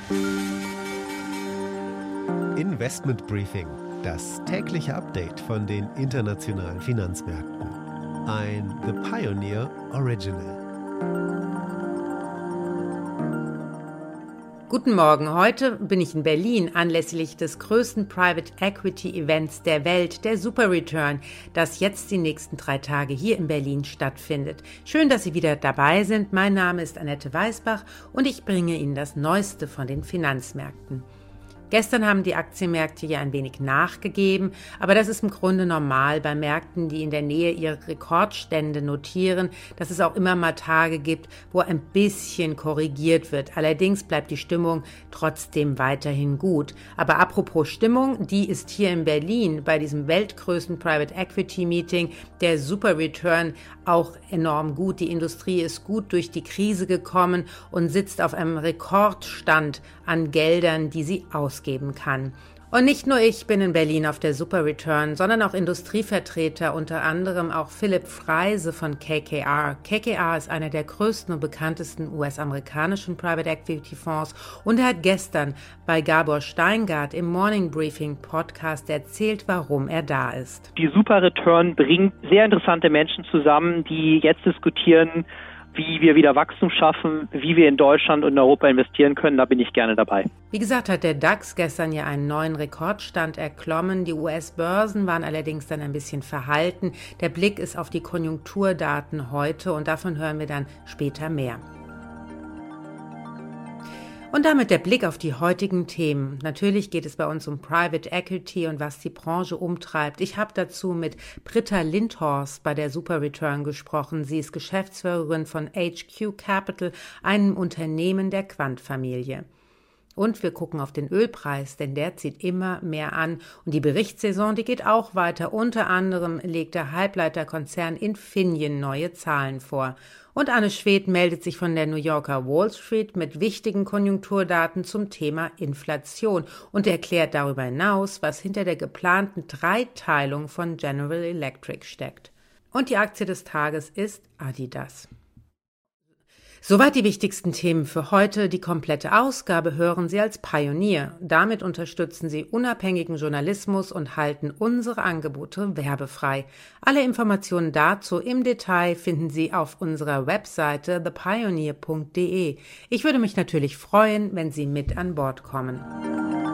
Investment Briefing, das tägliche Update von den internationalen Finanzmärkten. Ein The Pioneer Original. Guten Morgen, heute bin ich in Berlin anlässlich des größten Private Equity Events der Welt, der Super Return, das jetzt die nächsten 3 Tage hier in Berlin stattfindet. Schön, dass Sie wieder dabei sind. Mein Name ist Annette Weißbach und ich bringe Ihnen das Neueste von den Finanzmärkten. Gestern haben die Aktienmärkte ja ein wenig nachgegeben, aber das ist im Grunde normal bei Märkten, die in der Nähe ihre Rekordstände notieren, dass es auch immer mal Tage gibt, wo ein bisschen korrigiert wird. Allerdings bleibt die Stimmung trotzdem weiterhin gut. Aber apropos Stimmung, die ist hier in Berlin bei diesem weltgrößten Private Equity Meeting, der Super Return, auch enorm gut. Die Industrie ist gut durch die Krise gekommen und sitzt auf einem Rekordstand an Geldern, die sie ausgeben kann. Und nicht nur ich bin in Berlin auf der Super Return, sondern auch Industrievertreter, unter anderem auch Philipp Freise von KKR. KKR ist einer der größten und bekanntesten US-amerikanischen Private Equity Fonds und er hat gestern bei Gabor Steingart im Morning Briefing Podcast erzählt, warum er da ist. Die Super Return bringt sehr interessante Menschen zusammen, die jetzt diskutieren, wie wir wieder Wachstum schaffen, wie wir in Deutschland und in Europa investieren können, da bin ich gerne dabei. Wie gesagt, hat der DAX gestern ja einen neuen Rekordstand erklommen. Die US-Börsen waren allerdings dann ein bisschen verhalten. Der Blick ist auf die Konjunkturdaten heute und davon hören wir dann später mehr. Und damit der Blick auf die heutigen Themen. Natürlich geht es bei uns um Private Equity und was die Branche umtreibt. Ich habe dazu mit Britta Lindhorst bei der Super Return gesprochen. Sie ist Geschäftsführerin von HQ Capital, einem Unternehmen der Quandt-Familie. Und wir gucken auf den Ölpreis, denn der zieht immer mehr an. Und die Berichtssaison, die geht auch weiter. Unter anderem legt der Halbleiterkonzern Infineon neue Zahlen vor. Und Anne Schwedt meldet sich von der New Yorker Wall Street mit wichtigen Konjunkturdaten zum Thema Inflation und erklärt darüber hinaus, was hinter der geplanten Dreiteilung von General Electric steckt. Und die Aktie des Tages ist Adidas. Soweit die wichtigsten Themen für heute. Die komplette Ausgabe hören Sie als Pionier. Damit unterstützen Sie unabhängigen Journalismus und halten unsere Angebote werbefrei. Alle Informationen dazu im Detail finden Sie auf unserer Webseite thepioneer.de. Ich würde mich natürlich freuen, wenn Sie mit an Bord kommen.